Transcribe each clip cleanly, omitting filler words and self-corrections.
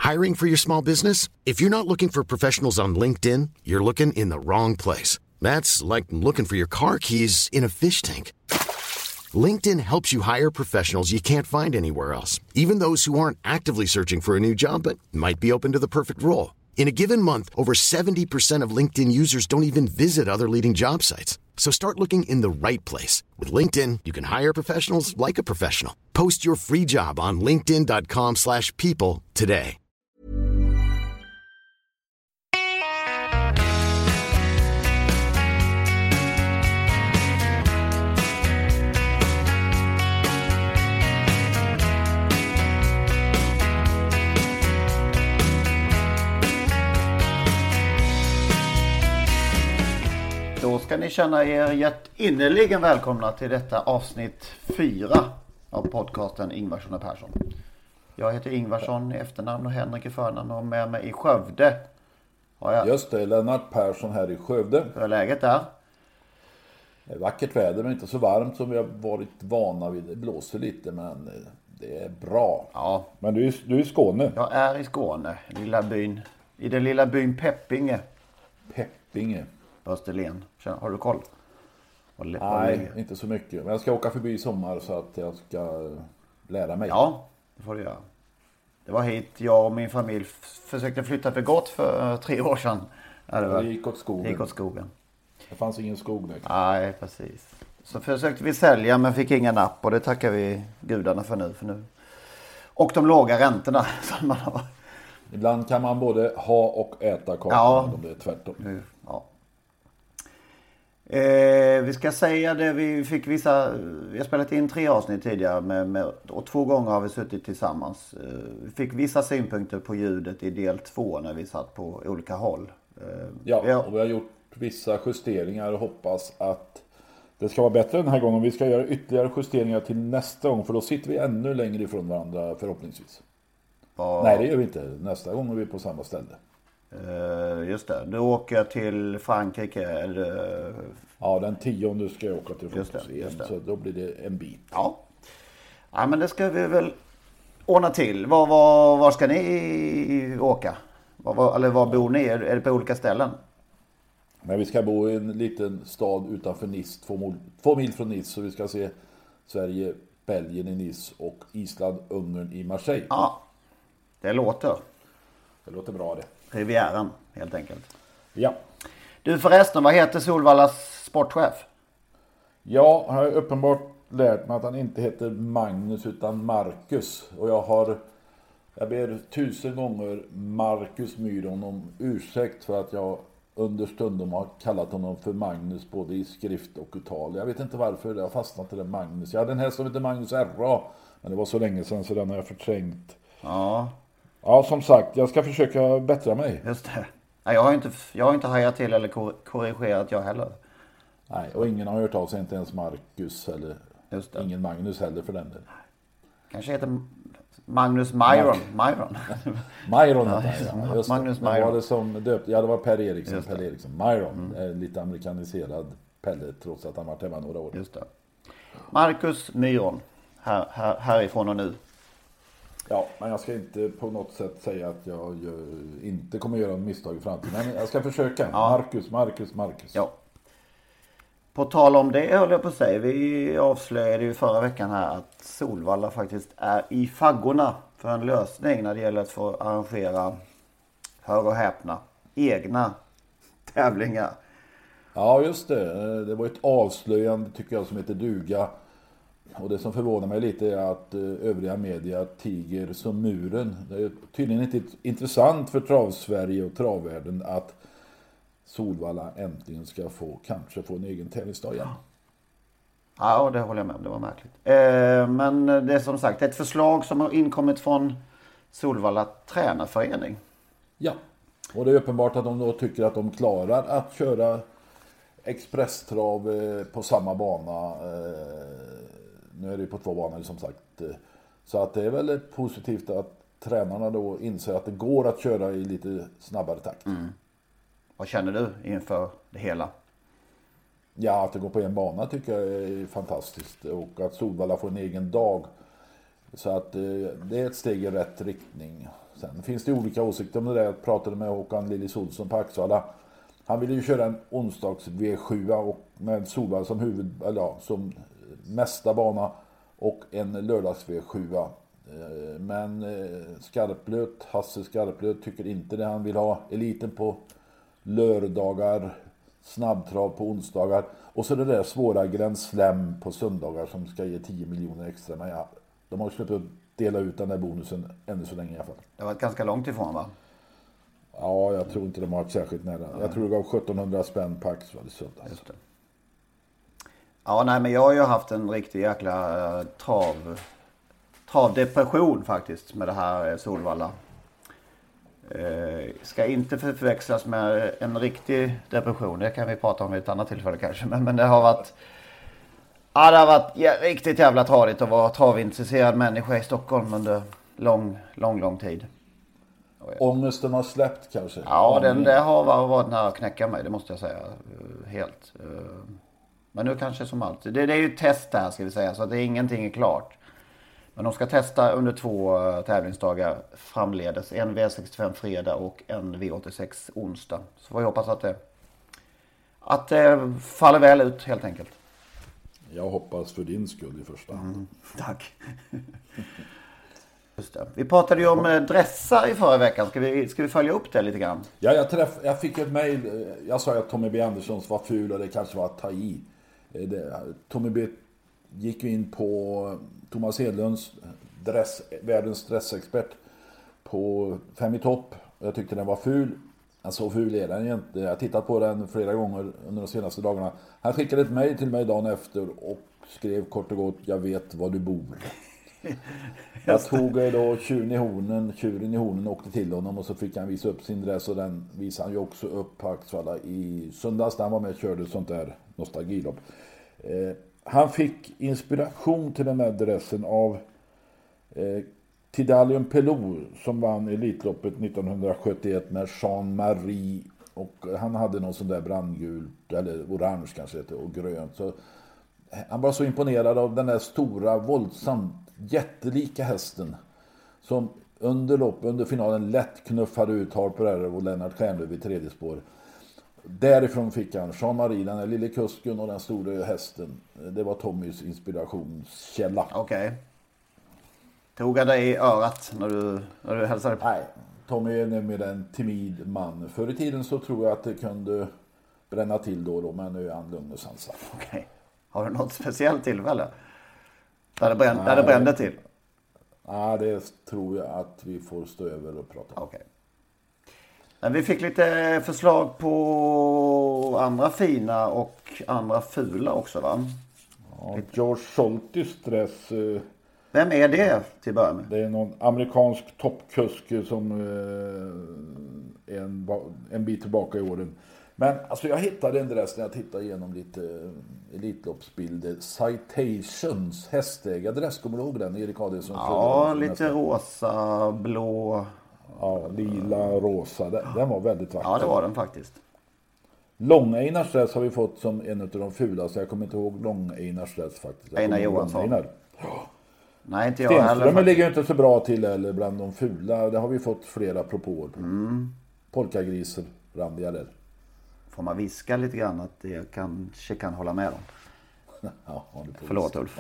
Hiring for your small business? If you're not looking for professionals on LinkedIn, you're looking in the wrong place. That's like looking for your car keys in a fish tank. LinkedIn helps you hire professionals you can't find anywhere else, even those who aren't actively searching for a new job but might be open to the perfect role. In a given month, over 70% of LinkedIn users don't even visit other leading job sites. So start looking in the right place. With LinkedIn, you can hire professionals like a professional. Post your free job on linkedin.com/people today. Då ska ni känna er hjärtinnerligen välkomna till detta avsnitt 4 av podcasten Ingvarsson och Persson. Jag heter Ingvarsson i efternamn och Henrik i förnamn, och med mig i Skövde har jag... Just det, Lennart Persson här i Skövde. Hur är läget där? Det är vackert väder men inte så varmt som vi har varit vana vid. Det blåser lite men det är bra. Ja. Men du är i Skåne. Jag är i Skåne, i den lilla byn Peppinge. Peppinge. På Österlen. Har du koll? Nej, inte så mycket. Men jag ska åka förbi i sommar så att jag ska lära mig. Ja, det får du göra. Det var hit jag och min familj försökte flytta för gott för 3 år sedan. Det gick åt skogen. Det fanns ingen skog där. Nej, precis. Så försökte vi sälja men fick ingen napp, och det tackar vi gudarna för nu. Och de låga räntorna som man har. Ibland kan man både ha och äta kakan, ja. Om det är tvärtom. Ja. Vi ska säga det, vi har spelat in 3 avsnitt tidigare och 2 gånger har vi suttit tillsammans. Vi fick vissa synpunkter på ljudet i del 2 när vi satt på olika håll. Och vi har gjort vissa justeringar och hoppas att det ska vara bättre den här gången. Vi ska göra ytterligare justeringar till nästa gång, för då sitter vi ännu längre ifrån varandra förhoppningsvis. Nej, det gör vi inte. Nästa gång är vi på samma ställe. Just det, du åker till Frankrike eller... Ja, den 10:e ska jag åka till just det. Så då blir det en bit. Ja, men det ska vi väl ordna till. Var ska ni åka? Var bor ni? Är det på olika ställen? Men vi ska bo i en liten stad utanför Nice, 2 mil från Nice. Så vi ska se Sverige, Belgien i Nice och Island, Ungern i Marseille. Ja, det låter bra det. Rivieran, helt enkelt. Ja. Du förresten, vad heter Solvallas sportchef? Ja, jag har uppenbart lärt mig att han inte heter Magnus utan Marcus. Och jag ber 1000 gånger Marcus Myron om ursäkt för att jag understundom har kallat honom för Magnus både i skrift och uttal. Jag vet inte varför jag har fastnat till den Magnus. Jag hade en häst som heter Magnus R.A. Men det var så länge sedan så den har jag förträngt. Ja, som sagt, jag ska försöka bättra mig. Just det. Nej, jag har inte hajat till eller korrigerat jag heller. Nej, och ingen har hört av sig, inte ens Marcus eller ingen Magnus heller för den delen. Kanske heter Magnus Myron. Myron. Magnus Myron. Var det som döpt? Ja, det var Per Eriksson. Myron, lite amerikaniserad Pelle trots att han varit hemma några år. Just det. Marcus Myron, härifrån och nu. Ja, men jag ska inte på något sätt säga att jag inte kommer göra en misstag i framtiden. Men jag ska försöka. Ja. Marcus. Ja. På tal om det höll jag på att säga. Vi avslöjade ju förra veckan här att Solvalla faktiskt är i faggorna för en lösning när det gäller att få arrangera, hör och häpna, egna tävlingar. Ja, just det. Det var ett avslöjande tycker jag som heter duga. Och det som förvånar mig lite är att övriga media tiger som muren. Det är tydligen inte intressant för Travsverige och travvärlden att Solvalla äntligen ska kanske få en egen tävlingsdag igen. Ja, det håller jag med om. Det var märkligt. Men det är som sagt ett förslag som har inkommit från Solvalla tränarförening. Ja, och det är uppenbart att de då tycker att de klarar att köra expresstrav på samma bana. Nu är det på 2 banor som sagt. Så att det är väl positivt att tränarna då inser att det går att köra i lite snabbare takt. Mm. Vad känner du inför det hela? Ja, att det går på en bana tycker jag är fantastiskt. Och att Solvalla får en egen dag. Så att det är ett steg i rätt riktning. Sen finns det olika åsikter om det där. Jag pratade med Håkan Lillis Olsson på Axvalla. Han ville ju köra en onsdags V7 och med Solvalla som som nästa bana och en lördags V7. Men Hasse Skarplöt tycker inte det. Han vill ha eliten på lördagar, snabbtrav på onsdagar och så det där svåra Grand Slam på söndagar som ska ge 10 miljoner extra. Men ja, de har släppt att dela ut den där bonusen ännu så länge i alla fall. Det var ganska långt ifrån, va? Ja, jag tror inte de har varit särskilt nära. Jag tror det gav 1700 spänn på Axvall i söndags. Just det. Ja, nej, men jag har ju haft en riktig jäkla travdepression faktiskt med det här Solvalla. Ska inte förväxlas med en riktig depression. Det kan vi prata om vid ett annat tillfälle kanske. Men det har varit... Ja, det har varit riktigt jävla tradigt att vara travintresserad människa i Stockholm under lång tid. Ångesten har släppt kanske? Ja, det har varit nära att knäcka mig, det måste jag säga. Helt. Men nu kanske som alltid. Det är ju ett test här, ska vi säga, så att ingenting är klart. Men de ska testa under 2 tävlingsdagar framledes. En V65 fredag och en V86 onsdag. Så får vi hoppas att det faller väl ut helt enkelt. Jag hoppas för din skull i första hand. Tack. Just det. Vi pratade ju om dressar i förra veckan. Ska vi följa upp det lite grann? Ja, jag fick ett mejl. Jag sa att Tommy B. Anderssons var ful och det kanske var att ta i. Tommy B. gick in på Thomas Hedlunds världens dressexpert på 5 i topp. Jag tyckte den var ful. Så ful är den inte. Jag har tittat på den flera gånger under de senaste dagarna. Han skickade ett mejl till mig dagen efter och skrev kort och gott: jag vet var du bor. Jag tog då tjuren i hornen och åkte till honom och så fick han visa upp sin dress och den visade han ju också upp på Axvalla i söndags. Han var med och körde sånt där nostalgilopp. Han fick inspiration till den här dressen av Tidalium Pelou som vann Elitloppet 1971 med Jean-Marie och han hade någon sån där brandgult eller orange kanske och grönt. Så han var så imponerad av den där stora, våldsamt jättelika hästen som under finalen lätt knuffade ut Harper och Lennart Stjärnlöv i 3:e spår. Därifrån fick han Jean-Marie, den där lille kusken och den stora hästen. Det var Tommys inspirationskälla. Okej. Tog han dig i örat när du hälsade på? Nej, Tommy är numera en timid man. Förr i tiden så tror jag att det kunde bränna till då men nu är han lugn och sansad. Okej. Har du något speciellt tillfälle? Där det brände till? Ja, det tror jag att vi får stå över och prata om. Okej. Men vi fick lite förslag på andra fina och andra fula också, va? Ja, George Scholtis dress. Vem är det till början med? Det är någon amerikansk toppkusk som är en bit tillbaka i åren. Men alltså jag hittade en dress när jag tittade igenom lite elitloppsbilder. Citations hästägardress, kommer du ihåg den? Erik Adielsson. Ja, lite rosa, blå. Ja, lila, rosa. Den var väldigt vacker. Ja, det var den faktiskt. Lång-Einars dress har vi fått som en av de fula, så jag kommer inte ihåg Lång-Einars dress faktiskt. Einar Johansson. Nej, inte jag Stenström heller. ligger inte så bra till eller bland de fula. Det har vi fått flera propåer på. Polkagriser, randiga där. Får man viska lite grann att jag kanske kan hålla med dem. Ja, förlåt Ulf.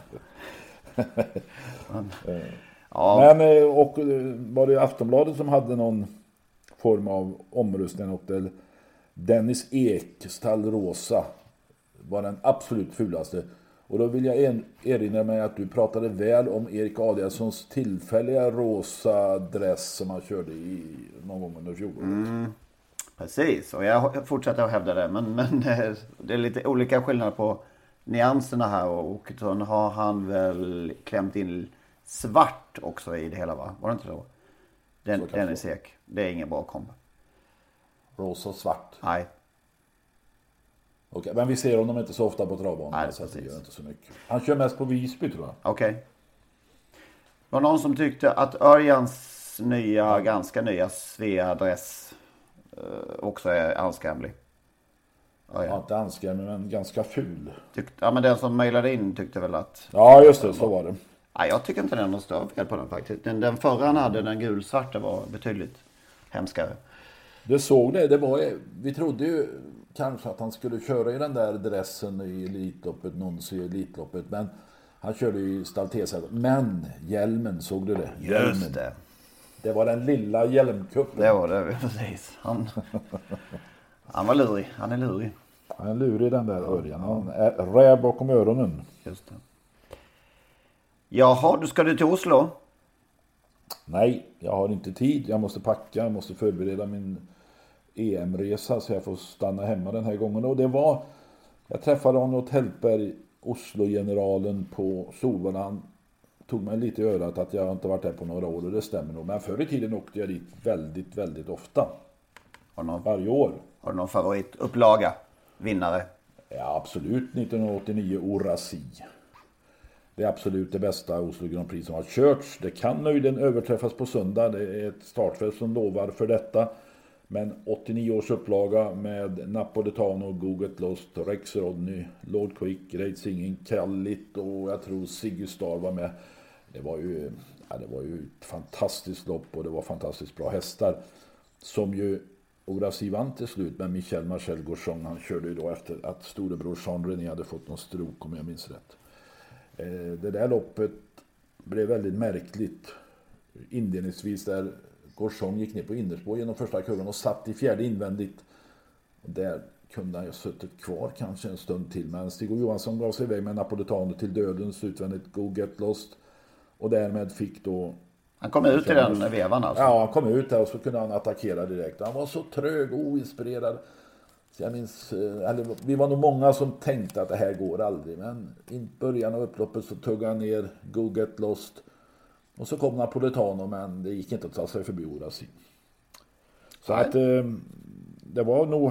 Men och var det Aftonbladet som hade någon form av omröstning åt det? Dennis Ek, stall rosa, var den absolut fulaste. Och då vill jag erinra mig att du pratade väl om Erik Adielssons tillfälliga rosa dress som han körde i någon gång under fjolåret. Precis, och jag fortsätter att hävda det. Men det är lite olika skillnader på nyanserna här. Och så har han väl klämt in svart också i det hela, va? Var det inte så? Dennis Ek. Det är ingen bra kombo. Rosa och svart. Nej. Okej, men vi ser honom inte så ofta på travbanan. Nej, så det gör inte så mycket. Han kör mest på Visby, tror jag. Okej. Det var någon som tyckte att Örjans ganska nya Svea-dress också är anskrämlig. Ja, inte anskrämlig, men ganska ful. Ja, men den som mejlade in tyckte väl att... Ja, just det, så var det. Nej, jag tycker inte det är något större fel på den faktiskt. Den förra han hade, den gulsvarta, var betydligt hemskare. Du såg det, vi trodde ju kanske att han skulle köra i den där dressen i Elitloppet, någonsin i Elitloppet, men han körde i Staltesa. Men hjälmen, såg du det? Just det. Det var den lilla hjälmkuppen. Det var det, precis. Han var lurig, han är lurig. Han är lurig den där Örjan, han är räv bakom öronen. Just det. Jaha, ska du till Oslo? Nej, jag har inte tid. Jag måste packa, jag måste förbereda min EM-resa så jag får stanna hemma den här gången. Och jag träffade Arnold Hellberg, Oslo-generalen på Solvalla. Han tog mig lite i örat att jag inte varit där på några år, och det stämmer nog. Men förr i tiden åkte jag dit väldigt, väldigt ofta. Varje år. Har du någon favoritupplaga? Vinnare? Ja, absolut. 1989 Orasi. Det är absolut det bästa Oslo Grand Prix som har körts. Det kan möjligen överträffas på söndag. Det är ett startfält som lovar för detta. Men 89 års upplaga med Napoletano, Go Get Lost, Rex Rodney, Lord Quick, Great Singing, Kallit och jag tror Ziggy Star var med. Det var ju ett fantastiskt lopp och det var fantastiskt bra hästar. Som ju Orasi vann till slut, men Michel Marcel Gauchon, han körde ju då efter att storebror Jean René hade fått någon strok, om jag minns rätt. Det där loppet blev väldigt märkligt. Inledningsvis där Gauchon gick ner på innerspår genom första kurvan och satt i fjärde invändigt. Och där kunde han ju suttit kvar kanske en stund till. Men Stig O. Johansson gav sig iväg med Napoletano till dödens utvändigt Go Get Lost. Och därmed fick då... Han kom ut i den vevan alltså? Ja, han kom ut där och så kunde han attackera direkt. Han var så trög och oinspirerad. Så jag minns, vi var nog många som tänkte att det här går aldrig. Men i början av upploppet så tog han ner Go Get Lost. Och så kom Napoletano, men det gick inte att ta sig förbi Orasi. Så att det var nog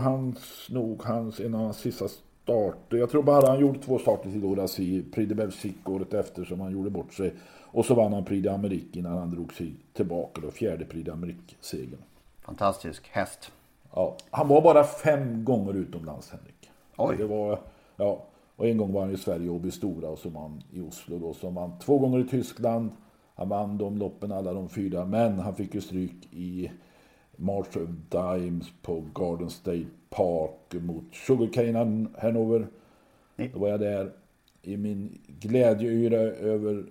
hans en av hans sista starter. Jag tror bara han gjorde 2 starter till Orasi. Prix de Belgique året efter som han gjorde bort sig. Och så vann han Prix d'Amérique innan han drog sig tillbaka. Då 4:e Prix d'Amérique-segern. Fantastisk häst. Ja, han var bara 5 gånger utomlands, Henrik. Oj. Det var, ja, och en gång var han i Sverige och Stora och så var han i Oslo då. Så vann 2 gånger i Tyskland. Han vann de loppen, alla de 4. Men han fick ju stryk i March of Dimes på Garden State Park mot Sugarcane Hanover. Då var jag där i min glädjeyra över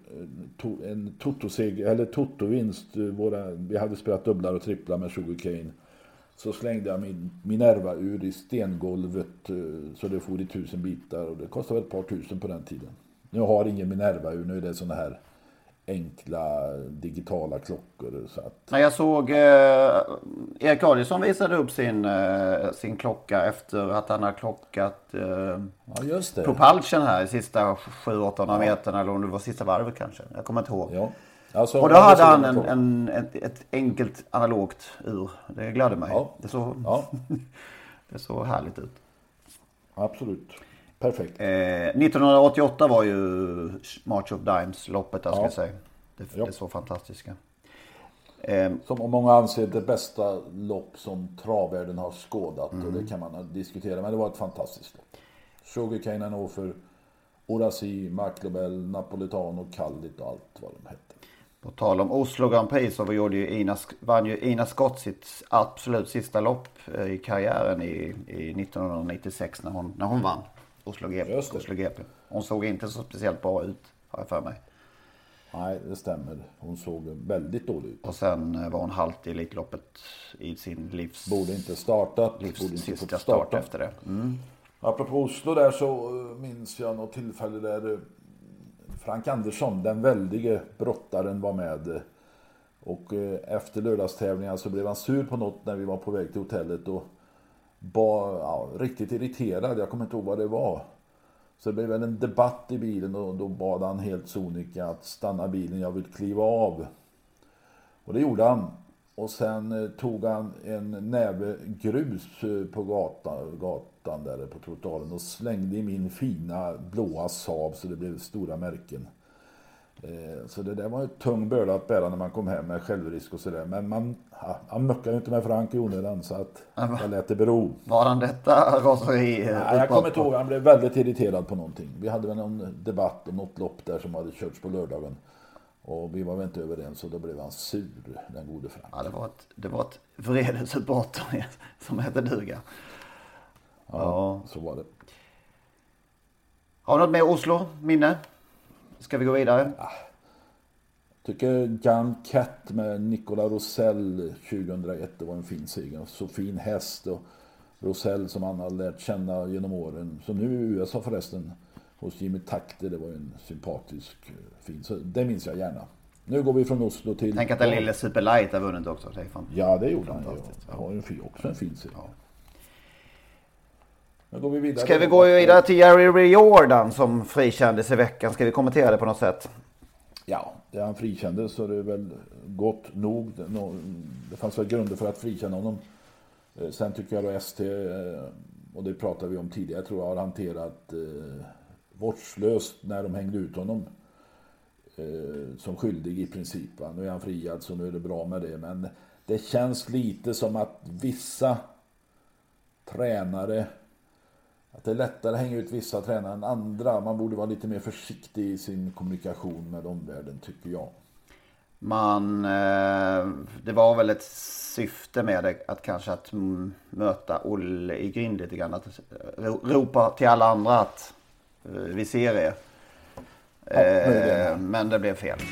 en Toto-vinst. Vi hade spelat dubblar och tripplar med Sugarcane. Så slängde jag min Minerva ur i stengolvet så det for i 1000 bitar. Och det kostade ett par tusen på den tiden. Nu har ingen Minerva ur, nu är det såna här enkla digitala klockor. Så att... Nej, jag såg Erik Adielsson visade upp sin klocka efter att han har klockat ja, just det. Propulsion här i sista 700-800 meterna, eller om det var sista varvet kanske. Jag kommer inte ihåg. Ja. Alltså, och då hade han ett enkelt analogt ur. Det gladde mig. Ja. Det såg härligt ut. Absolut. Perfekt. 1988 var ju March of Dimes loppet, ska jag säga. Det är så fantastiska. Som många anser det bästa lopp som travvärlden har skådat. Och det kan man diskutera. Men det var ett fantastiskt lopp. Sugarcane Hanover, Orasi, Maclobel, Napoletano, Kallit och allt vad de hette. På tal om Oslo Grand Prix så vann ju Ina Scott sitt absolut sista lopp i karriären i 1996 när hon vann Oslo GP. Hon såg inte så speciellt bra ut, har jag för mig. Nej, det stämmer. Hon såg väldigt dålig ut. Och sen var hon halt i Elitloppet i sin livs... Borde inte startat. Sista start efter det. Apropå Oslo där så minns jag något tillfälle där Frank Andersson, den väldige brottaren, var med. Och efter lördagstävlingen så blev han sur på något när vi var på väg till hotellet och riktigt irriterad. Jag kommer inte ihåg vad det var. Så det blev väl en debatt i bilen och då bad han helt sonika att stanna bilen, jag vill kliva av. Och det gjorde han. Och sen tog han en näve grus på gatan där på trottoaren och slängde i min fina blåa Saab så det blev stora märken. Så det där var ett tung börda att bära när man kom hem med självrisk och sådär. Men han möckade inte med Frank i onödan så att jag lät det bero. Var han detta raseri? Nej, jag kommer inte ihåg. Han blev väldigt irriterad på någonting. Vi hade väl någon debatt om något lopp där som hade körts på lördagen. Och vi var väl inte överens och då blev han sur, den gode Frank. Ja, det var ett vredesutbrott som hette duga. Ja, så var det. Har du något med Oslo minne? Ska vi gå vidare? Tycker Jan Cat med Nicola Rosell 2001, det var en fin seger. Så fin häst, och Rosell som han har lärt känna genom åren. Som nu i USA förresten, hos Jimmy Takter, det var en sympatisk fin. Så det minns jag gärna. Nu går vi från Oslo till... Tänk att den lille Superlight har vunnit också. Det är ja, det gjorde han. Ja. Har också en fin serie. Ja. Nu går vi vidare. Ska vi gå vidare till Jerry Riordan som frikändes i veckan? Ska vi kommentera det på något sätt? Ja, det han frikändes så det är väl gott nog. Det fanns väl grunder för att frikänna honom. Sen tycker jag då ST, och det pratade vi om tidigare, jag tror jag har hanterat vårdslöst när de hängde ut honom som skyldig i princip. Nu är han friad så nu är det bra med det. Men det känns lite som att vissa tränare, att det är lättare att hänga ut vissa tränare än andra. Man borde vara lite mer försiktig i sin kommunikation med omvärlden, tycker jag. Det var väl ett syfte med det, att kanske att möta Olle i grind lite grann. Att ropa till alla andra att vi ser er. Men det blev fel.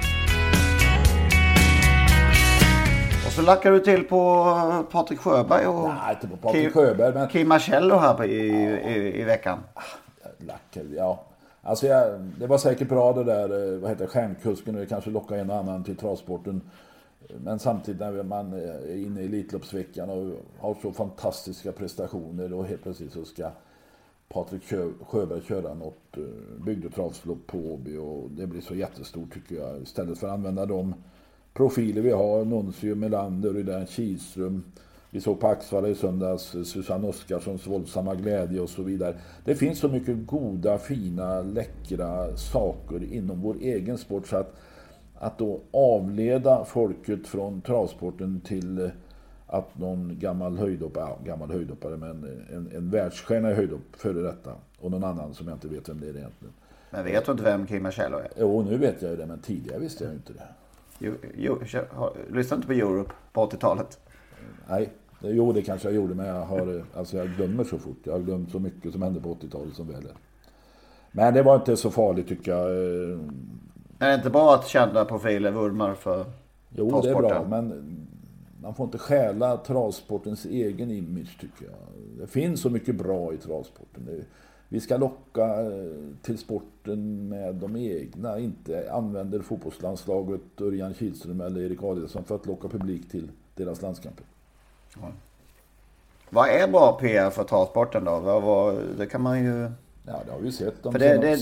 Och så lackar du till på Patrik Sjöberg och nej, inte på Patrik Sjöberg, men Kim Marcello här i veckan. Lackar, ja. Alltså det var säkert bra det där, vad heter stjärnkusken, och det kanske lockar en och annan till travsporten. Men samtidigt när man är inne i Elitloppsveckan och har så fantastiska prestationer, och helt plötsligt så ska Patrik Sjöberg köra något bygdetravslopp på Åby, och det blir så jättestort tycker jag. Istället för att använda de profiler vi har, Nuncio, Melander, Rydén, Kihlström. Vi såg på Axvalla i söndags Susanne Oskarssons våldsamma glädje och så vidare. Det finns så mycket goda, fina, läckra saker inom vår egen sport, så att då avleda folket från travsporten till att någon gammal höjdhoppare, men en världsstjärna i höjdhopp före detta, och någon annan som jag inte vet vem det är egentligen. Men vet du inte vem Kim Marcello är? Jo, nu vet jag ju det, men tidigare visste jag inte det. Lyssna inte på Europe på 80-talet. Nej, jo det kanske jag gjorde, men jag glömmer så fort. Jag har glömt så mycket som hände på 80-talet som väl är. Men det var inte så farligt tycker jag. Är det inte bara att kända profiler vurmar för jo, travsporten? Det är bra, men man får inte stjäla travsportens egen image tycker jag. Det finns så mycket bra i travsporten. Vi ska locka till sporten med de egna, inte använder fotbollslandslaget Örjan Kihlström eller Erik Adielsson för att locka publik till deras landskamper. Ja. Vad är bra PR för travsporten då? Det kan man ju... Ja, det har vi sett. För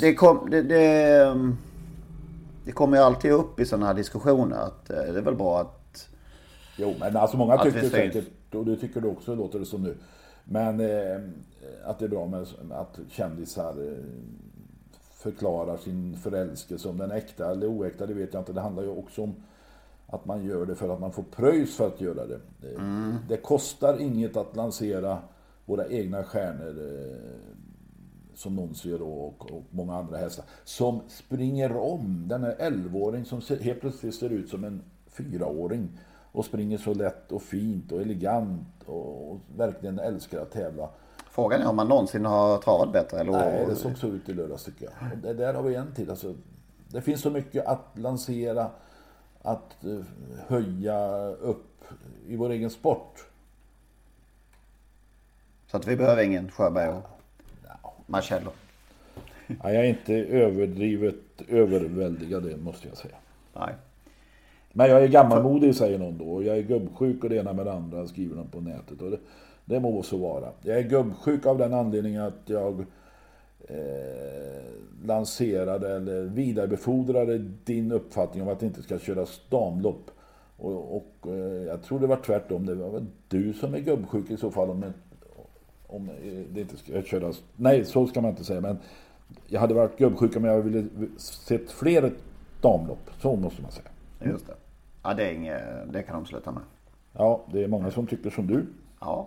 det kommer ju alltid upp i sådana här diskussioner att det är väl bra att... Jo, men alltså många tycker säkert, och det tycker du också, låter det som nu. Men att det är bra med att kändisar förklarar sin förälskelse, om den är äkta eller oäkta, det vet jag inte. Det handlar ju också om att man gör det för att man får pröjs för att göra det. Det kostar inget att lansera våra egna stjärnor som Nuncio och många andra hästar som springer om den här 11-åring som helt plötsligt ser ut som en 4-åring och springer så lätt och fint och elegant och verkligen älskar att tävla. Frågan är om man någonsin har travat bättre eller? Nej, det såg så ut i lördags tycker jag. Och det där har vi en till. Alltså, det finns så mycket att lansera, att höja upp i vår egen sport. Så att vi behöver ingen Sjöberg och Marcello. Ja, jag är inte överdrivet överväldigad, det måste jag säga. Nej. Men jag är gammalmodig, säger någon då. Jag är gubbsjuk och det ena med det andra, skriver de på nätet. Och det må så vara. Jag är gubbsjuk av den anledningen att jag lanserade eller vidarebefordrade din uppfattning om att det inte ska köras damlopp. Och jag tror det var tvärtom. Det var väl du som är gubbsjuk i så fall om det inte ska köras. Nej, så ska man inte säga. Men jag hade varit gubbsjuk om jag ville sett fler damlopp. Så måste man säga. Just det. Ja, det kan de sluta med. Ja, det är många som tycker som du. Ja.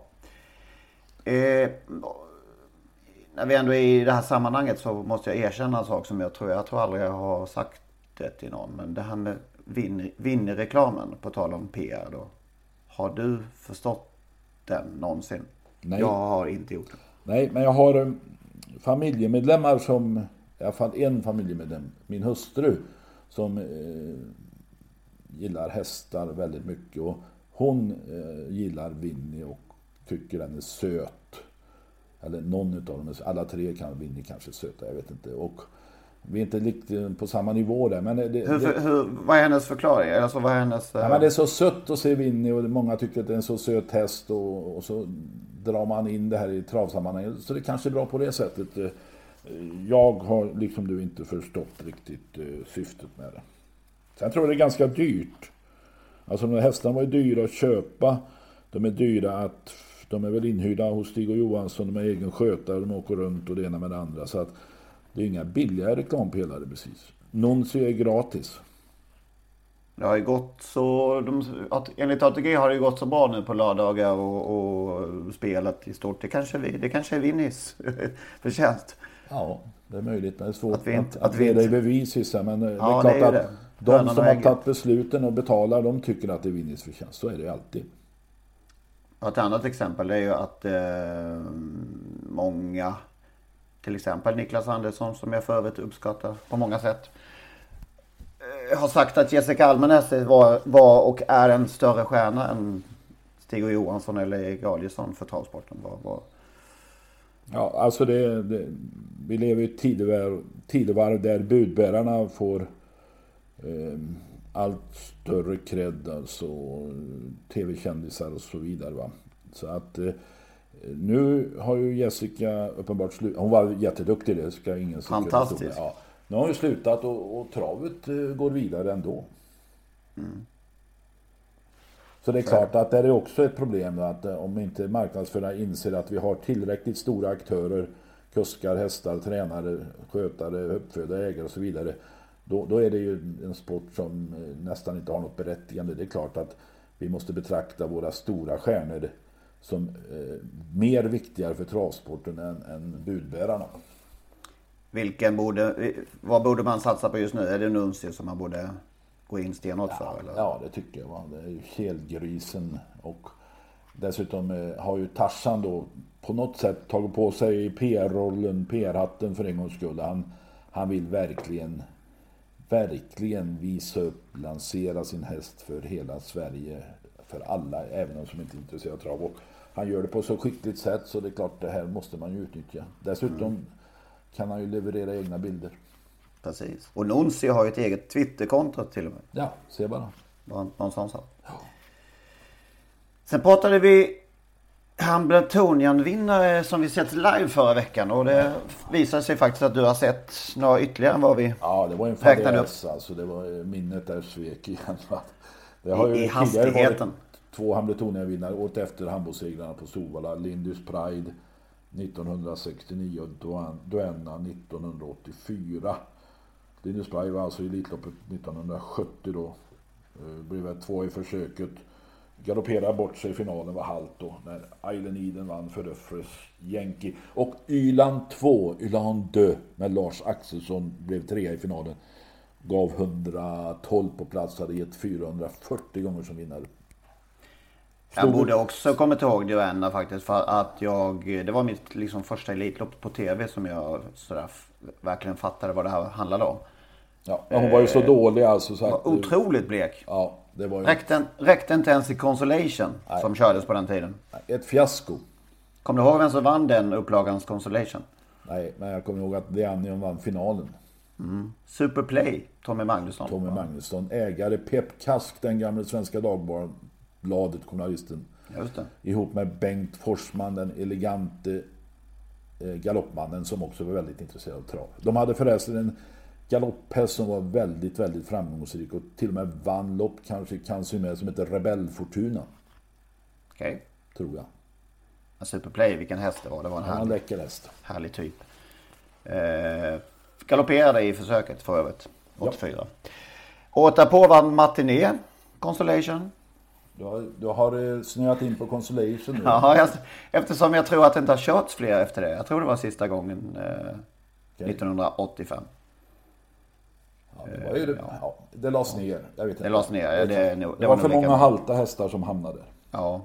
När vi ändå är i det här sammanhanget så måste jag erkänna en sak som jag tror aldrig jag har sagt syftet i någon. Men det här med vinner-reklamen, på tal om PR då. Har du förstått den någonsin? Nej. Jag har inte gjort det. Nej, men jag har familjemedlemmar som, i alla fall en familjemedlem, min hustru, som gillar hästar väldigt mycket. Och hon gillar Winnie och tycker den är söt. Eller någon av dem, alla tre kan Winnie kanske söta, jag vet inte. Och vi är inte riktigt på samma nivå där. Men vad är hennes förklaring? Alltså, vad är hennes, ja, men det är så sött att se Winnie och många tycker att det är en så söt häst och så drar man in det här i travsammanhang. Så det kanske är bra på det sättet. Jag har liksom du inte förstått riktigt syftet med det. Sen tror jag det är ganska dyrt. Alltså de här hästarna var ju dyra att köpa. De är dyra att de är väl inhyrda hos Stig och Johansson, de är egen skötare, de åker runt och det ena med det andra. Så att det är inga billiga reklampelare precis. Någonsin är gratis. Det har ju gått så, enligt ATG har det ju gått så bra nu på lördagar och spelat i stort. Det kanske är Winnies förtjänst. Ja, det är möjligt, men det är svårt att vi det är bevis vissa. Men det är ja, klart det är att det. De som har tagit besluten och betalar, de tycker att det är Winnies förtjänst. Så är det alltid. Ett annat exempel är ju att många, till exempel Niklas Andersson, som jag för övrigt uppskattar på många sätt, har sagt att Jessica Almenäs var och är en större stjärna än Stig och Johansson eller Erik Adielsson för travsporten. Ja, alltså vi lever i ett tidevarv där budbärarna får allt större cred, alltså tv-kändisar och så vidare, va. Så att nu har ju Jessica uppenbart slutat. Hon var jätteduktig, det ska ingen säga. Fantastiskt. Ja. Nu har hon ju slutat och travet går vidare ändå. Mm. Så det är klart att det är också ett problem att om inte marknadsförare inser att vi har tillräckligt stora aktörer, kuskar, hästar, tränare, skötare, uppfödare, ägare och så vidare, då är det ju en sport som nästan inte har något berättigande. Det är klart att vi måste betrakta våra stora stjärnor som mer viktigare för travsporten än budbärarna. Vad borde man satsa på just nu? Är det Nuncio som man borde gå in stenhårt för? Eller? Ja, det tycker jag. Det är ju helgrisen. Och dessutom har ju Tarzan då på något sätt tagit på sig PR-rollen, PR-hatten för en gångs skull. Han vill verkligen visa upp, lansera sin häst för hela Sverige, för alla, även de som inte är intresserade av trav. Och han gör det på så skickligt sätt så det är klart det här måste man ju utnyttja. Dessutom kan han ju leverera egna bilder. Precis. Och Nuncio har ju ett eget Twitterkonto till och med. Ja, se bara. Någon sån sak. Ja. Sen pratade vi Hambletonian-vinnare som vi sett live förra veckan. Och det visar sig faktiskt att du har sett några ytterligare än vad vi räknade upp. Ja, det var en fadäs. Alltså, det var minnet där svek igen. Det har ju tidigare varit 2 Hambletonian-vinnare åt efter handbollssegrarna på Solvalla. Lindus Pride 1969 och Duenna 1984. Lindus Pride var alltså i Elitloppet 1970 då. Blev 2 i försöket. Galopperade bort sig i finalen, var halt då. När Island Eden vann för Öffres Yankee. Och Yland 2, Yland 2 med Lars Axelsson blev 3 i finalen. Gav 112 på plats, hade gett 440 gånger som vinnare. Jag borde också kommit ihåg Duenna faktiskt, för att det var mitt liksom första elitlopp på tv som jag sådär verkligen fattade vad det här handlade om. Ja, hon var ju så dålig alltså. Så att, otroligt blek. Ja, det var ju... räckte inte ens i Consolation. Nej. Som kördes på den tiden. Ett fiasko. Kommer du ihåg vem som vann den upplagans Consolation? Nej, men jag kommer ihåg att Deanion vann finalen. Superplay, Tommy Magnusson. Ägare Pep Kask, den gamla Svenska Dagbladet, journalisten. Just det. Ihop med Bengt Forsman, den elegante galoppmannen som också var väldigt intresserad av trav. De hade förresten en galopphäst som var väldigt, väldigt framgångsrik och till och med vann lopp, kanske kan se med, som heter Rebell Fortuna. Okej. Tror jag. Superplay, vilken häst det var. Det var en läcker häst. Härlig typ. Galopperade i försöket för övrigt. 84. Ja. Året därpå vann Matiné Consolation. Du har snöat in på Consolation nu. Ja, eftersom jag tror att det inte har körts fler efter det. Jag tror det var sista gången 1985. Ja, det lades ner. Jag vet inte. Det lades ner. Det var för många halta hästar som hamnade. Ja.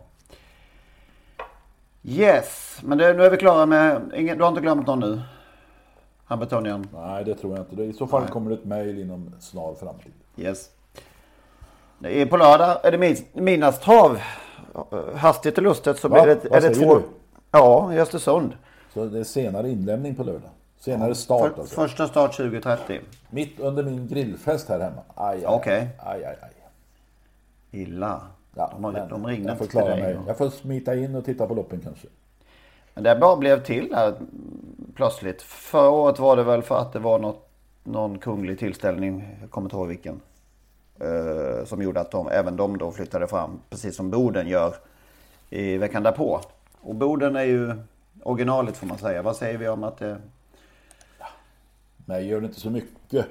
Yes, men nu är vi klara med... Du har inte glömt någon nu? Hamiltonian? Nej, det tror jag inte. I så fall kommer det ett mejl inom snar framtid. Yes. Det är på lördag är det midnattstrav. Hastigt och lustigt så blir det... Är det 2... Du? Ja, i Östersund. Så det är senare inlämning på lördag. Senare start alltså. Första start 2030. Mitt under min grillfest här hemma. Okej. Aj. Illa. Ja, de ringde jag får klara mig. Jag får smita in och titta på loppen kanske. Men det bara blev till här plötsligt. Förra året var det väl för att det var någon kunglig tillställning. Jag kommer inte ihåg vilken. Som gjorde att även de då flyttade fram. Precis som Boden gör i veckan därpå. Och Boden är ju originalet får man säga. Vad säger vi om att det... Nej, gör det inte så mycket.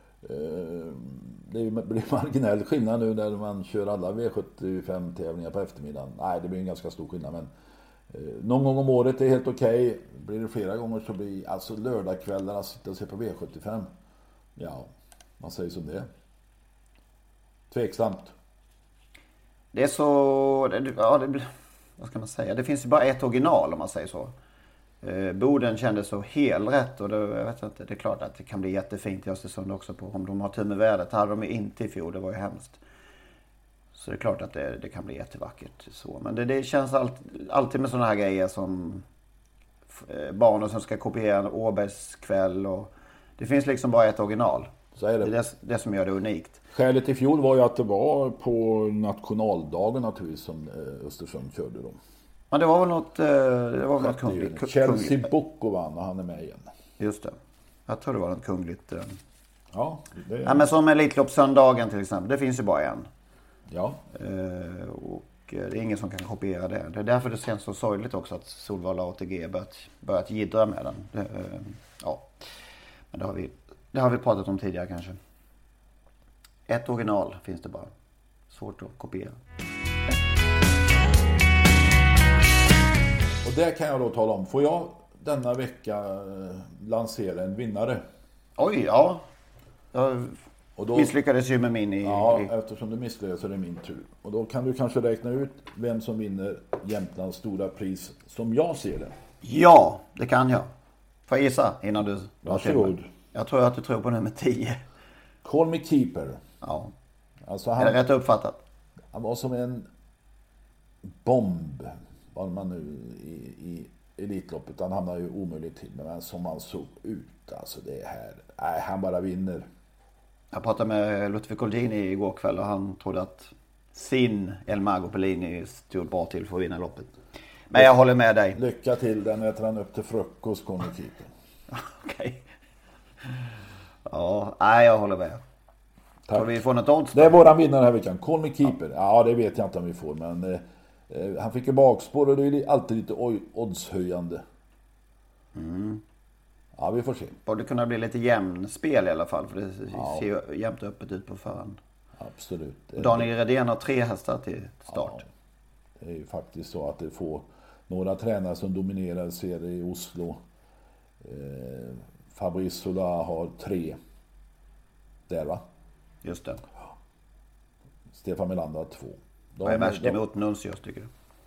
Det blir marginell skillnad nu när man kör alla V75-tävlingar på eftermiddagen. Nej, det blir en ganska stor skillnad. Men någon gång om året är helt okej. Blir det flera gånger så blir alltså lördagskvällarna sitta och se på V75. Ja, man säger som det. Tveksamt. Det är så... vad ska man säga? Det finns ju bara ett original om man säger så. Boden kändes så helrätt och jag vet inte, det är klart att det kan bli jättefint i Östersund också på, om de har tur med vädret. Hade de inte i fjol, det var ju hemskt. Så det är klart att det kan bli jättevackert så. Men det känns alltid med sådana här grejer som barnen som ska kopiera en Åbergs kväll och det finns liksom bara ett original. Så är det. Det är det som gör det unikt. Skälet i fjol var ju att det var på nationaldagen naturligtvis som Östersund körde dem. Ja, det var väl något kungligt. Chelsea Bocco vann och han är med igen. Just det. Jag tror det var något kungligt. Ja, ja, men som Elitloppssöndagen till exempel. Det finns ju bara en. Ja. Och det är ingen som kan kopiera det. Det är därför det känns så sorgligt också att Solvalla ATG börjat jiddra med den. Ja. Men det har vi pratat om tidigare kanske. Ett original finns det bara. Svårt att kopiera. Och det kan jag då tala om. Får jag denna vecka lansera en vinnare? Oj, ja. Jag misslyckades ju med min eftersom du misslyckades så är det min tur. Och då kan du kanske räkna ut vem som vinner Jämtlands stora pris som jag ser det. Ja, det kan jag. Får jag gissa innan du... Varsågod. Jag tror att du tror på nummer 10. Call Me Keeper. Ja. Alltså är det rätt uppfattat? Han var som en bomb. Var man nu i Elitloppet. Han hamnade ju omöjligt till. Men som han såg ut. Alltså det här. Nej, han bara vinner. Jag pratade med Lutfi Colgjini igår kväll och han trodde att sin El Mago Pellini stod bra till för att vinna loppet. Men jag håller med dig. Lycka till, den äter han upp till frukost, Call Me Keeper. Okej. Ja, nej, jag håller med. Tack. Får vi få något odds? Det är våran vinnare här veckan. Call Me Keeper. Ja, det vet jag inte om vi får. Men han fick ju bakspår och det är alltid lite oddshöjande. Mm. Ja, vi får se. Borde kunna bli lite jämn spel i alla fall. För det ser ju jämnt öppet ut på förhand. Absolut. Daniel Redén har 3 hästar till start. Ja, det är ju faktiskt så att det får några tränare som dominerar serier i Oslo. Fabrice Sola har 3. Där va? Just det. Stefan Melander har 2. Vad är värst emot Nuncius tycker du?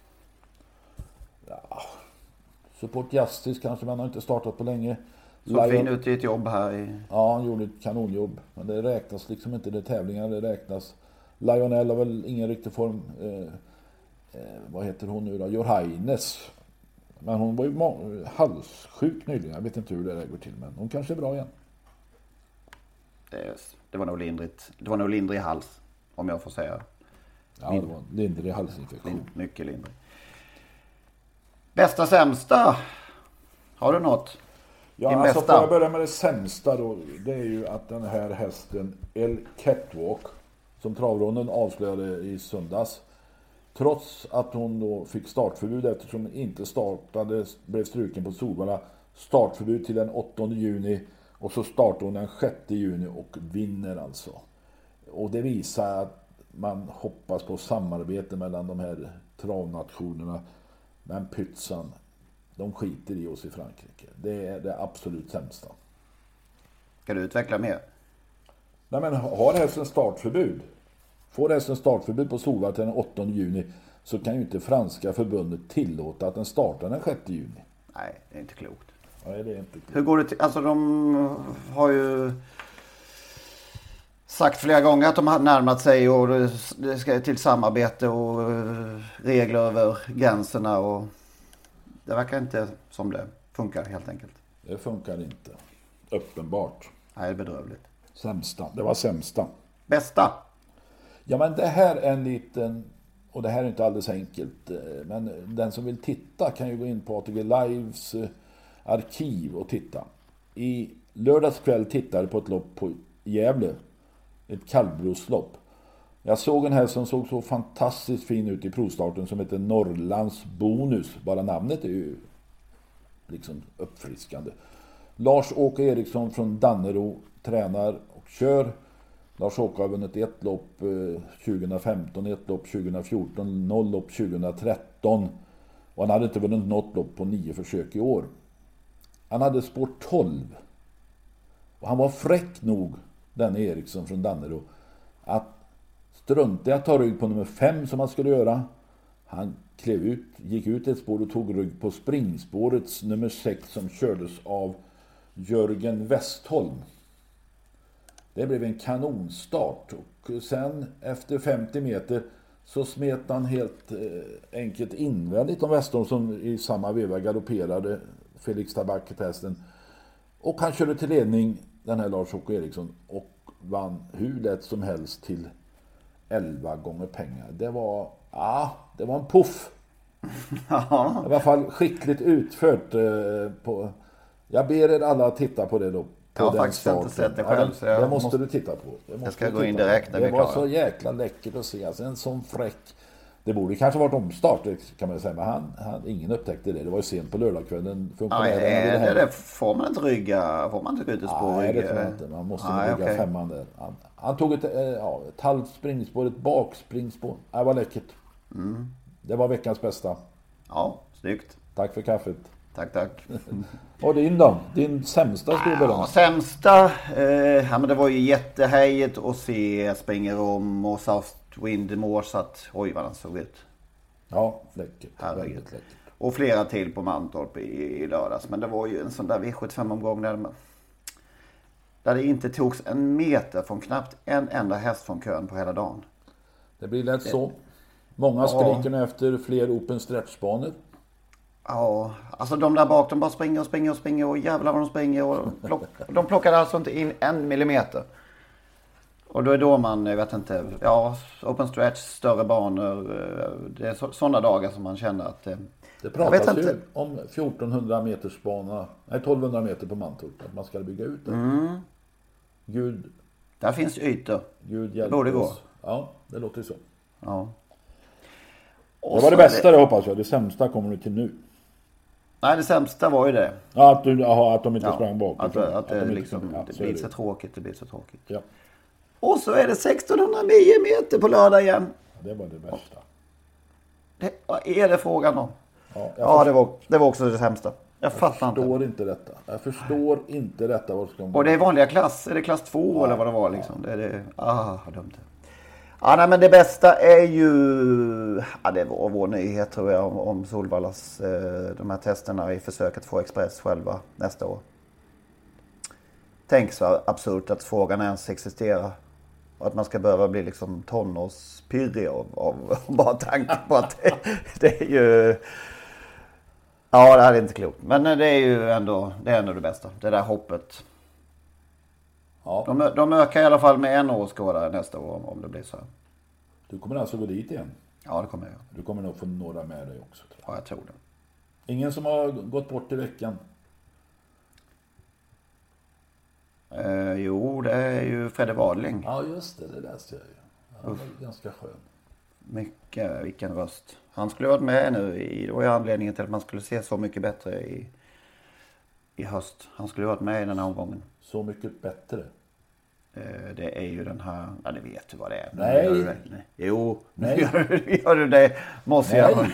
Ja. Support Justice kanske, men han har inte startat på länge. Så fin ut i ett jobb här. Ja, han gjorde ett kanonjobb. Men det räknas liksom inte, det tävlingar, det räknas. Lionel har väl ingen riktig form. Vad heter hon nu då? Johannes. Men hon var ju halssjuk nyligen. Jag vet inte hur det där går till, men hon kanske är bra igen. Det var nog lindrigt. Det var nog lindrig hals, om jag får säga. Ja, det var lindrig halsinfektion. Mycket lindrig. Bästa sämsta? Har du något? Ja, alltså får jag börja med det sämsta då. Det är ju att den här hästen El Catwalk, som travronden avslöjade i söndags, trots att hon då fick startförbud eftersom hon inte startade, blev struken på Solvalla, startförbud till den 8 juni och så startar hon den 6 juni och vinner alltså. Och det visar att man hoppas på samarbete mellan de här travnationerna. Men pytsan, de skiter i oss i Frankrike. Det är det absolut sämsta. Kan du utveckla mer? Nej, men har hästen startförbud? Får hästen startförbud på Solvalla till den 8 juni så kan ju inte franska förbundet tillåta att den startar den 6 juni. Nej, det är inte klokt. Nej, det är inte klokt. Hur går det till? Alltså de har ju sagt flera gånger att de har närmat sig och det ska till samarbete och regler över gränserna och det verkar inte som det funkar helt enkelt. Det funkar inte. Uppenbart. Nej, det är bedrövligt. Sämsta. Det var sämsta. Bästa? Ja, men det här är en liten, och det här är inte alldeles enkelt, men den som vill titta kan ju gå in på ATG Lives arkiv och titta. I lördags kväll tittade på ett lopp på Gävle, ett kallblodslopp. Jag såg en här som såg så fantastiskt fin ut i provstarten som heter Norrlands bonus. Bara namnet är ju liksom uppfriskande. Lars-Åke Eriksson från Dannero tränar och kör. Lars-Åke har vunnit ett lopp 2015, ett lopp 2014, 0 lopp 2013. Och han hade inte vunnit något lopp på 9 försök i år. Han hade spår 12. Och han var fräck nog, den Eriksson från Dannero, att strunta i att ta rygg på nummer 5 som han skulle göra. Han klev ut, gick ut ett spår och tog rygg på springspårets nummer 6 som kördes av Jörgen Westholm. Det blev en kanonstart och sen efter 50 meter så smet han helt enkelt invändigt om Westholm som i samma veva galopperade Felix Tabak-hästen. Och han körde till ledning, den här Lars-Åke Eriksson, och vann hur lätt som helst till 11 gånger pengar. Det var en puff. I alla fall skickligt utfört. Jag ber er alla att titta på det då. Jag har faktiskt inte sett det själv. Så det måste du titta på. Jag ska gå in direkt när vi är klara. Det var så jäkla läckert att se. Alltså en sån fräck. Det borde kanske varit omstart kan man säga. Men ingen upptäckte det. Det var ju sent på lördagskvällen. Det får man inte rygga. Får man inte gå ut och spår? Nej, det tror jag inte. Man måste bygga 5 där. Han tog ett halvt springspår, ett bakspringspår. Det var läckert. Det var veckans bästa. Ja, snyggt. Tack för kaffet. Tack. Och din då? Din sämsta skulle ja, sämsta? Men det var ju jättehejigt att se Springer om och Southwind Moors att oj vad den såg ut. Ja, läckert. Väldigt läckert. Och flera till på Mantorp i lördags. Men det var ju en sån där V75-omgång där det inte togs en meter från knappt en enda häst från kön på hela dagen. Det blir lätt så. Många skriker nu efter fler open stretchbanor. Ja, alltså de där bak, de bara springer och jävlar vad de springer och de plockade alltså inte in 1 millimeter. Och då är då man, jag vet inte, open stretch, större banor, det är sådana dagar som man känner att det pratas ju om 1400 meters bana, 1200 meter på Mantorp, att man ska bygga ut det. Gud. Där finns ytor. Gud hjälp oss. Det går. Ja, det låter så. Ja. Och det var det bästa det hoppas jag. Det sämsta kommer du till nu. Nej, det sämsta var ju det. Ja, att de inte sprang bak. Att det blir så tråkigt. Det blir så tråkigt. Ja. Och så är det 1609 meter på lördag igen. Ja, det var det bästa. Vad är det frågan om? Ja, det var också det sämsta. Jag fattar inte detta. Jag förstår inte detta. Och det är vanliga klass. Är det klass 2 eller vad det var liksom? Det är det. Dumt. Ja, nej, men det bästa är ju... Ja, det var vår nyhet tror jag om Solvallas de här testerna i försöket få Express själva nästa år. Tänk så absurt att frågan ens existerar. Och att man ska behöva bli liksom tonårspyrrig av bara tanken på att det är ju... Ja, det här är inte klokt. Men det är ju ändå det bästa. Det där hoppet. Ja. De ökar i alla fall med 1 åskådare nästa år om det blir så. Du kommer alltså gå dit igen? Ja, det kommer jag. Du kommer nog få några med dig också. Tror jag. Ja, jag tror det. Ingen som har gått bort i veckan? Jo, det är ju Fredde Wadling. Ja, just det. Det läste jag ju. Han var ganska skön. Mycket, vilken röst. Han skulle varit med nu. Det var ju anledningen till att man skulle se så mycket bättre i höst. Han skulle varit med i den här omgången. Så mycket bättre? Det är ju den här... Ja, det vet du vad det är. Nej. Jo, nej. Gör du det? Måste jag.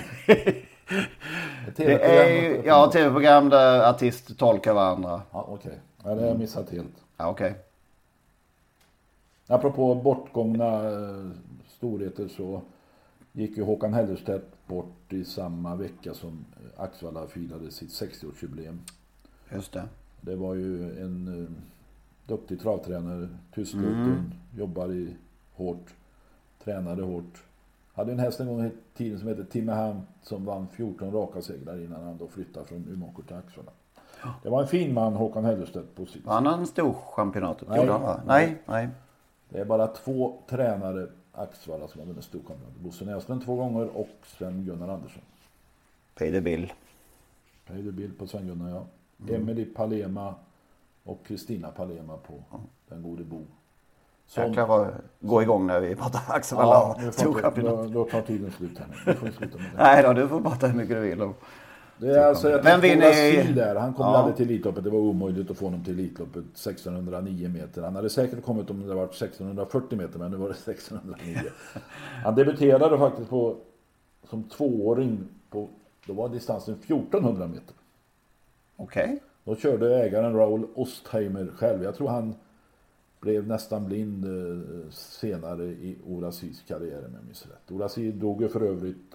Det är ju tv-program där artister tolkar varandra. Ja, okej. Ja, det har jag missat helt. Ja, okej. Apropå bortgångna storheter så gick ju Håkan Hellerstedt bort i samma vecka som Axevalla firade sitt 60-årsjubileum. Just det. Det var ju en duktig travtränare, tyskroten, jobbar hårt, tränade hårt. Hade en häst en gång i tiden som heter Timmerham som vann 14 raka segrar innan han då flyttade från Umeå till Axevalla. Det var en fin man, Håkan Hellerstedt, på sitt. Han har en stor championat. Nej. Det är bara 2 tränare Axevalla som har vunnit stor championat. Bosse Näslund 2 gånger och Sven-Gunnar Andersson. Peder Bill på Sven-Gunnar, ja. Emily Palema och Kristina Palema på den gode Bo. Jag klarar gå igång när vi pratar Axevalla och stor championat. Då tar tiden slut här nu. Du får sluta med det. Nej då, du får prata hur mycket du vill om. Det är alltså, jag Vem vinner där. Han kom aldrig till Elitloppet. Det var omöjligt att få honom till Elitloppet 1609 meter. Han hade säkert kommit om det var 1640 meter, men nu var det 1609. Han debuterade faktiskt som 2-åring då var distansen 1400 meter. Okej. Då körde ägaren Raoul Ostheimer själv. Jag tror han blev nästan blind senare i Orasis karriär, om jag minns rätt. Orasi dog ju för övrigt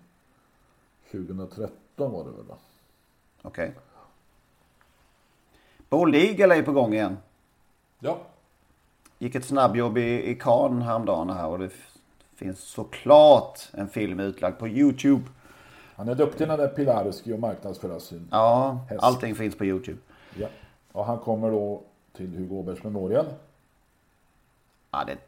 2013 var det väl, va? Okej. Bold Eagle är på gång igen. Ja. Gick ett snabbjobb i Cannes häromdagen här och det finns såklart en film utlagd på YouTube. Han är duktig när det är Pilarski och marknadsföra sin häst. Allting finns på YouTube. Ja. Och han kommer då till Hugo Åbergs Memorial. Ja, det...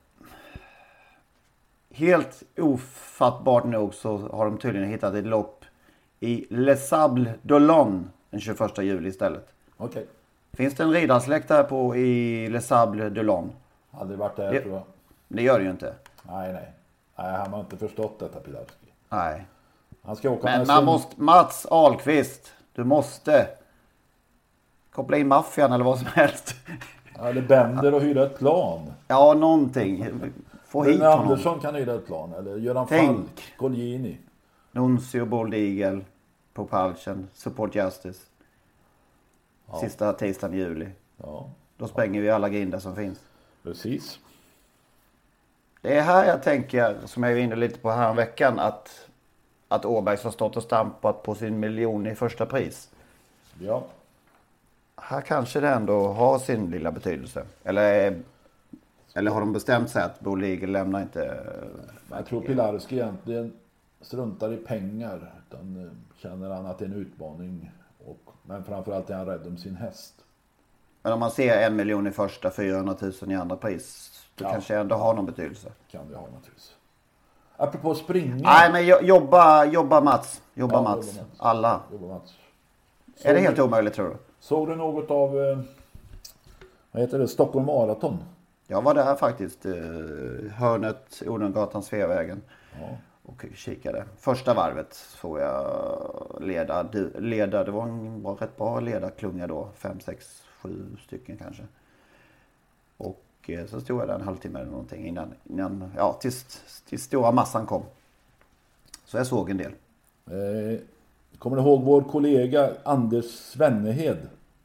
Helt ofattbart nog så har de tydligen hittat ett lopp i Les Sables d'Olonne den 21 juli istället. Okej. Finns det en ridarsläkt här i Les Sables d'Olonne? Aldrig varit där, tror jag. Det gör det ju inte. Nej, han har inte förstått detta, Pilarski. Nej. Han ska åka. Men Mats Ahlqvist, du måste koppla in maffian eller vad som helst. Eller Bender och hyra ett plan. Ja, någonting. Få hit honom. Andersson kan hyra ett plan. Eller Göran Falk, Colgjini. Nuncio, Bold Eagle, Propulsion, Support Justice. Sista tisdagen i juli. Ja. Då spränger vi alla grindar som finns. Precis. Det är här jag tänker, som jag var inne lite på här en veckan, att Åbergs har stått och stampat på sin miljon i första pris. Ja. Här kanske det ändå har sin lilla betydelse. Eller har de bestämt sig att Bold Eagle lämnar inte... Jag tror Pilarski egentligen struntar i pengar. Utan känner han att det är en utmaning. Men framförallt är han rädd om sin häst. Men om man ser 1 miljon i första, 400 000 i andra pris. Då kanske ändå har någon betydelse. Kan det ha naturligtvis. Apropå springa. Nej, men jobba Mats. Jobba Mats. Alla. Jobba Mats. Är det helt omöjligt, tror du? Såg du något av vad heter det? Stockholm Marathon? Jag var där faktiskt. Hörnet, Odengatan, Sveavägen. Ja. Och kikade. Första varvet får jag leda. Det var en rätt bra ledarklunga då. 5, 6, 7 stycken kanske. Och så stod jag där en halvtimme eller någonting innan tills stora massan kom. Så jag såg en del. Kommer du ihåg vår kollega Anders Svennehed?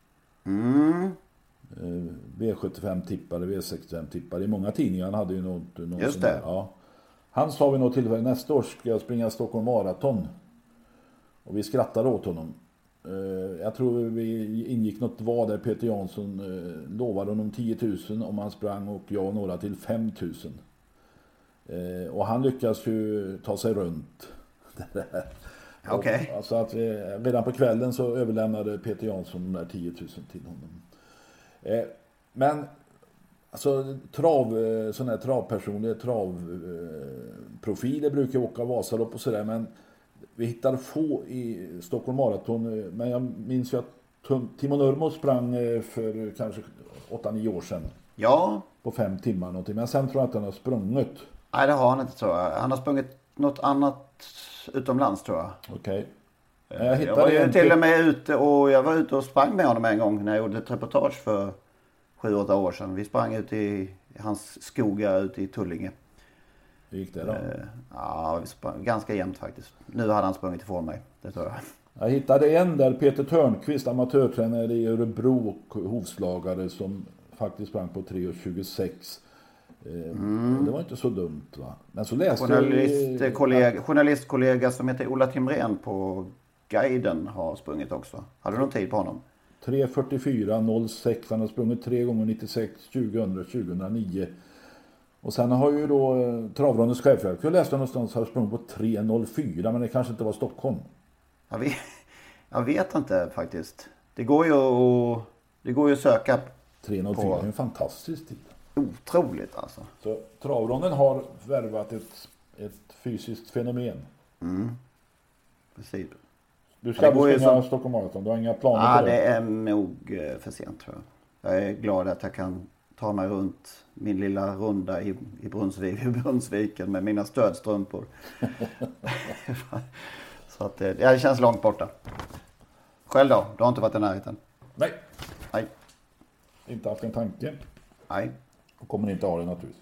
V75-tippare, V65-tippare i många tidningar. Han hade ju någon just det. Ja. Han sa vid något tillfälle, nästa år ska jag springa Stockholm Marathon. Och vi skrattade åt honom. Jag tror vi ingick något vad där Peter Jansson lovade honom 10 000 om han sprang och jag några till 5 000. Och han lyckas ju ta sig runt. Okej. Alltså att redan på kvällen så överlämnade Peter Jansson de där 10 000 till honom. Men alltså sådana här travpersoner, travprofiler brukar åka Vasalopp och sådär, men vi hittade få i Stockholm Marathon. Men jag minns ju att Timo Nurmo sprang för kanske 8-9 år sedan. Ja. På 5 timmar någonting. Men sen tror jag att han har sprungit. Nej, det har han inte, tror jag. Han har sprungit något annat utomlands, tror jag. Okej. Jag var ju till och med ute och sprang med honom en gång när jag gjorde ett reportage för 7-8 år sedan. Vi sprang ut i hans skogar ute i Tullinge. Hur gick det då? Ja, vi sprang ganska jämnt faktiskt. Nu hade han sprungit ifrån mig, det tror jag. Jag hittade en där, Peter Törnqvist, amatörtränare i Örebro och hovslagare, som faktiskt sprang på 3:26. Det var inte så dumt, va? Men så läste journalistkollega som heter Ola Timrén på Guiden har sprungit också. Hade du någon tid på honom? 3:44,06. Han har sprungit 3 gånger 96, 2000, 2009. Och sen har ju då travrondens chefredaktör, jag läste någonstans, har sprungit på 3:04, men det kanske inte var Stockholm. Jag vet inte faktiskt. Det går ju att söka 3:04 är en fantastisk tid. Otroligt alltså. Så travronden har värvat ett fysiskt fenomen. Precis. Du ska springa Stockholm Marathon, du har inga planer på det? Ja, det är nog för sent, tror jag. Jag är glad att jag kan ta mig runt min lilla runda i Brunnsviken med mina stödstrumpor. Så att det känns långt borta. Själv då? Du har inte varit i närheten? Nej. Nej. Inte haft en tanke. Nej. Och kommer inte ha det naturligtvis.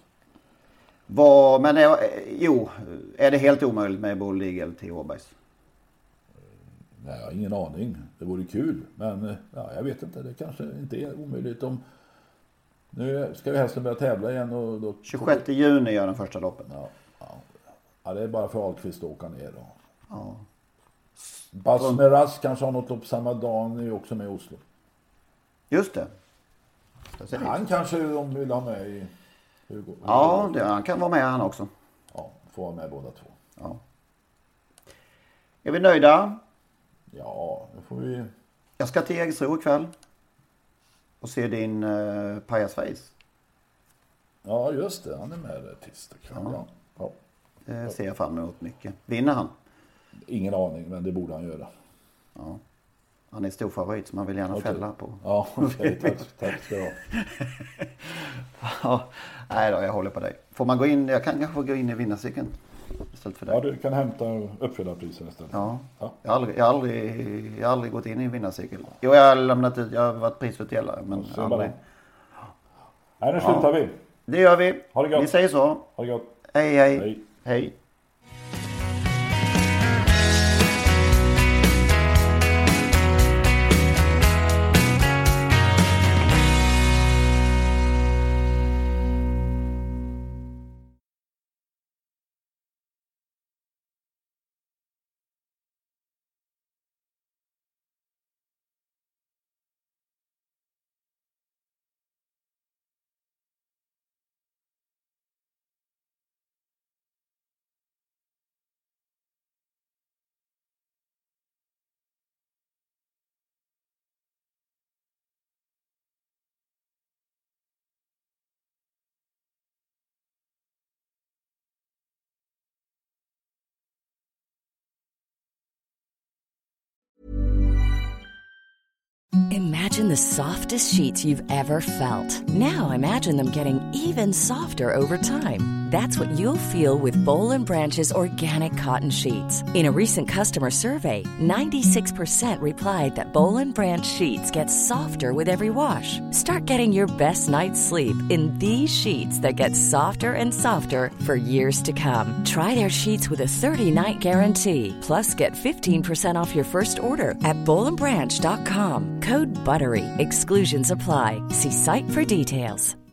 Är det helt omöjligt med Bold Eagle till Åbergs? Nej, jag har ingen aning. Det vore kul. Men jag vet inte. Det kanske inte är omöjligt. Nu ska vi helst börja tävla igen. Och då... 26 juni gör den första loppen. Ja, det är bara för Ahlqvist att åka ner då. Ja. Basmeras kanske har något lopp samma dag. Nu är också med i Oslo. Just det. Han kanske de vill ha med i Hugo. Ja, han kan vara med han också. Ja, får vara med båda två. Ja. Är vi nöjda? Ja, det får vi. Jag ska till Jägersro ikväll och se din pajasface. Ja, just det. Han är med där tisdag kväll. Ja. Det ser jag fram emot mycket. Vinner han? Ingen aning, men det borde han göra. Ja. Han är stor favorit som man vill gärna fälla på. Ja, okej. Tack ska du ha. Ja, nej då, jag håller på dig. Får man gå in? Jag kan kanske få gå in i vinnarcykeln istället för dig. Ja, du kan hämta uppfyllarpriser istället. Ja. Jag har aldrig gått in i en vinnarcykel. Jo, jag har varit prisutdelare, men aldrig. Nej, nu slutar vi. Det gör vi. Ha det gott. Vi säger så. Ha det gott. Hej. Imagine the softest sheets you've ever felt. Now imagine them getting even softer over time. That's what you'll feel with Boll & Branch's organic cotton sheets. In a recent customer survey, 96% replied that Boll & Branch sheets get softer with every wash. Start getting your best night's sleep in these sheets that get softer and softer for years to come. Try their sheets with a 30-night guarantee. Plus, get 15% off your first order at bollandbranch.com. Code BUTTERY. Exclusions apply. See site for details.